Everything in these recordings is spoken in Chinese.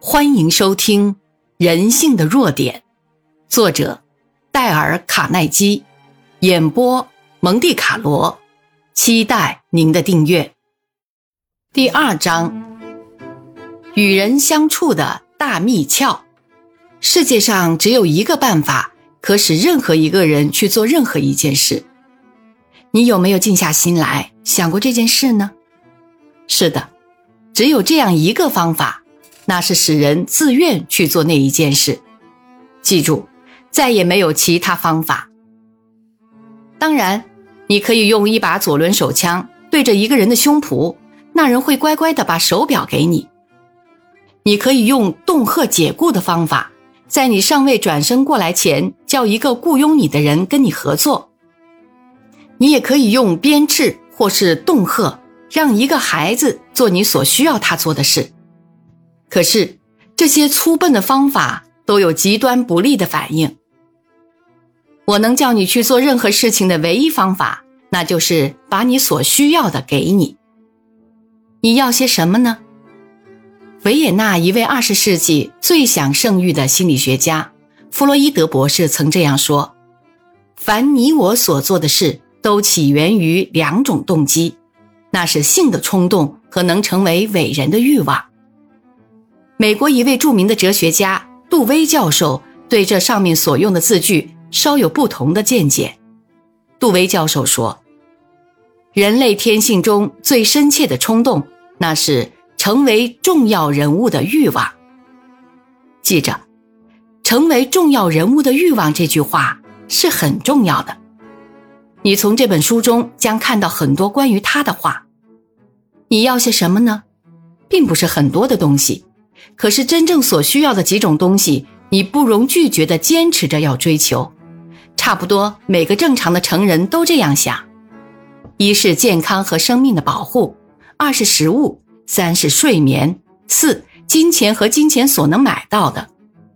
欢迎收听《人性的弱点》，作者戴尔·卡耐基，演播蒙蒂卡罗，期待您的订阅。第2章，与人相处的大秘窍。世界上只有一个办法可使任何一个人去做任何一件事。你有没有静下心来想过这件事呢？是的，只有这样一个方法，那是使人自愿去做那一件事。记住，再也没有其他方法。当然，你可以用一把左轮手枪对着一个人的胸脯，那人会乖乖地把手表给你。你可以用恫吓解雇的方法，在你尚未转身过来前，叫一个雇佣你的人跟你合作。你也可以用鞭笞或是恫吓，让一个孩子做你所需要他做的事。可是，这些粗笨的方法都有极端不利的反应。我能叫你去做任何事情的唯一方法，那就是把你所需要的给你。你要些什么呢？维也纳一位20世纪最享盛誉的心理学家弗洛伊德博士曾这样说：凡你我所做的事都起源于2种动机，那是性的冲动和能成为伟人的欲望。美国一位著名的哲学家杜威教授对这上面所用的字句稍有不同的见解。杜威教授说，人类天性中最深切的冲动，那是成为重要人物的欲望。记着，成为重要人物的欲望这句话是很重要的。你从这本书中将看到很多关于他的话。你要些什么呢？并不是很多的东西，可是真正所需要的几种东西，你不容拒绝地坚持着要追求。差不多每个正常的成人都这样想。1是健康和生命的保护，2是食物，3是睡眠，4金钱和金钱所能买到的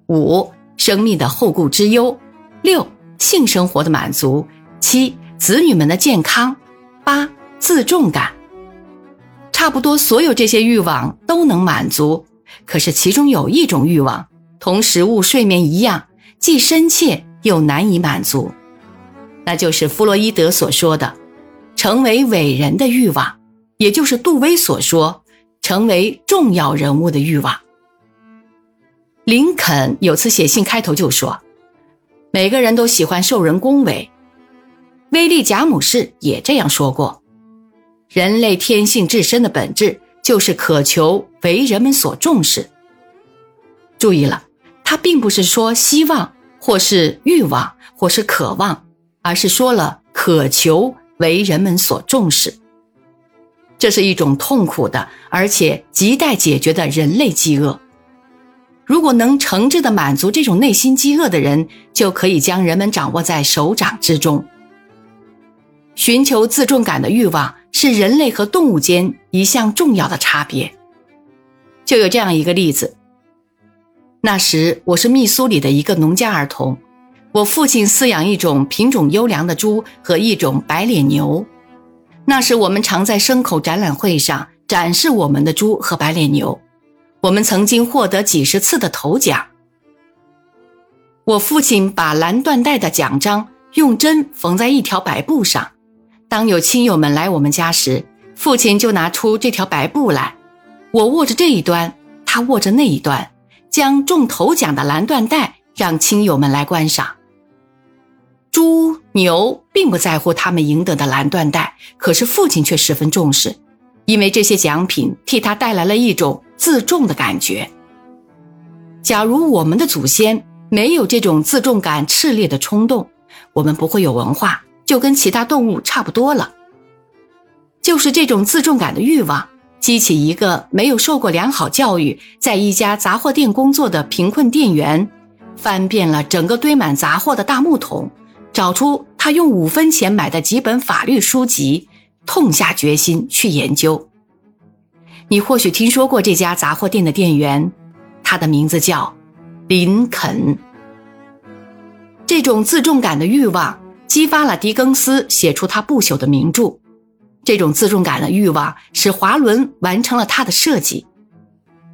，5生命的后顾之忧，6性生活的满足，7子女们的健康，8自重感。差不多所有这些欲望都能满足，可是其中有一种欲望同食物睡眠一样，既深切又难以满足，那就是弗洛伊德所说的成为伟人的欲望，也就是杜威所说成为重要人物的欲望。林肯有次写信开头就说，每个人都喜欢受人恭维。威利贾姆士也这样说过，人类天性至深的本质就是渴求为人们所重视。注意了，他并不是说希望或是欲望或是渴望，而是说了渴求为人们所重视。这是一种痛苦的而且亟待解决的人类饥饿。如果能诚挚地满足这种内心饥饿的人，就可以将人们掌握在手掌之中。寻求自重感的欲望是人类和动物间一项重要的差别。就有这样一个例子，那时我是密苏里的一个农家儿童，我父亲饲养一种品种优良的猪和一种白脸牛。那时我们常在牲口展览会上展示我们的猪和白脸牛，我们曾经获得几十次的头奖。我父亲把蓝缎带的奖章用针缝在一条白布上，当有亲友们来我们家时，父亲就拿出这条白布来，我握着这一端，他握着那一端，将中头奖的蓝缎带让亲友们来观赏。猪牛并不在乎他们赢得的蓝缎带，可是父亲却十分重视，因为这些奖品替他带来了一种自重的感觉。假如我们的祖先没有这种自重感炽烈的冲动，我们不会有文化，就跟其他动物差不多了。就是这种自重感的欲望，激起一个没有受过良好教育，在一家杂货店工作的贫困店员，翻遍了整个堆满杂货的大木桶，找出他用5分钱买的几本法律书籍，痛下决心去研究。你或许听说过这家杂货店的店员，他的名字叫林肯。这种自重感的欲望激发了狄更斯写出他不朽的名著。这种自重感的欲望使华伦完成了他的设计。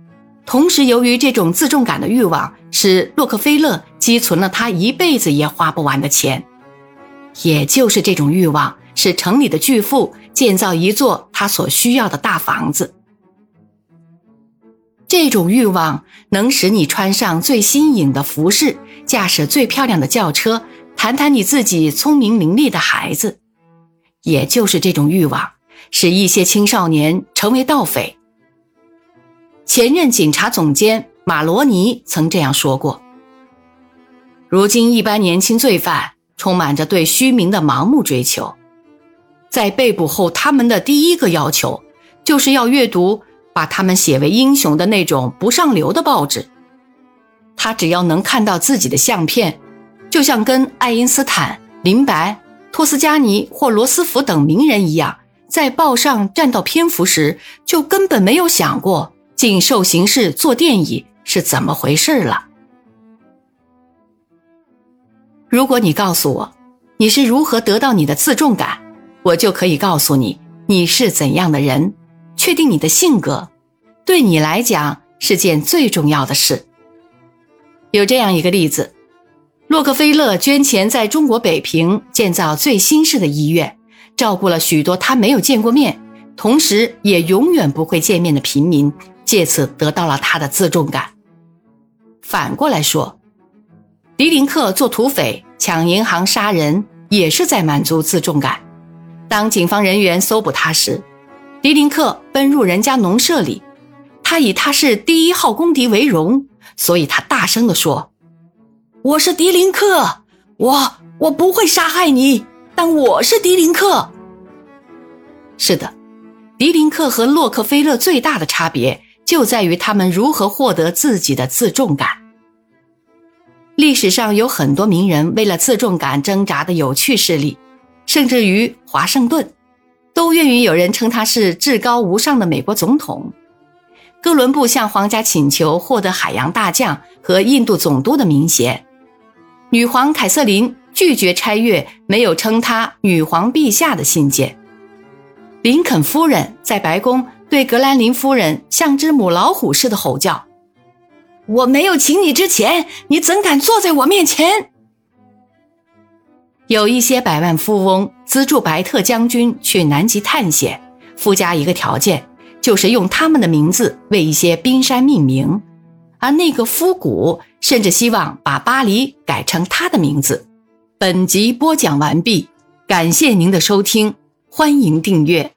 同时由于这种自重感的欲望，使洛克菲勒积存了他一辈子也花不完的钱。也就是这种欲望，使城里的巨富建造一座他所需要的大房子。这种欲望能使你穿上最新颖的服饰，驾驶最漂亮的轿车，谈谈你自己聪明伶俐的孩子。也就是这种欲望，使一些青少年成为盗匪。前任警察总监马罗尼曾这样说过：如今一般年轻罪犯充满着对虚名的盲目追求，在被捕后他们的第一个要求就是要阅读把他们写为英雄的那种不上流的报纸。他只要能看到自己的相片，就像跟爱因斯坦、林白、托斯加尼或罗斯福等名人一样，在报上占到篇幅时，就根本没有想过进受刑室做电椅是怎么回事了。如果你告诉我你是如何得到你的自重感，我就可以告诉你你是怎样的人，确定你的性格，对你来讲是件最重要的事。有这样一个例子，洛克菲勒捐钱在中国北平建造最新式的医院，照顾了许多他没有见过面，同时也永远不会见面的平民，借此得到了他的自重感。反过来说，狄林克做土匪、抢银行、杀人，也是在满足自重感。当警方人员搜捕他时，狄林克奔入人家农舍里，他以他是第1号公敌为荣，所以他大声地说：我是狄林克，我不会杀害你，但我是狄林克。是的，狄林克和洛克菲勒最大的差别就在于他们如何获得自己的自重感。历史上有很多名人为了自重感挣扎的有趣事例，甚至于华盛顿都愿意有人称他是至高无上的美国总统。哥伦布向皇家请求获得海洋大将和印度总督的名衔，女皇凯瑟琳拒绝拆阅没有称她女皇陛下的信件。林肯夫人在白宫对格兰林夫人像只母老虎似的吼叫：我没有请你之前，你怎敢坐在我面前？有一些百万富翁资助白特将军去南极探险，附加一个条件，就是用他们的名字为一些冰山命名，而那个夫古甚至希望把巴黎改成他的名字。本集播讲完毕，感谢您的收听，欢迎订阅。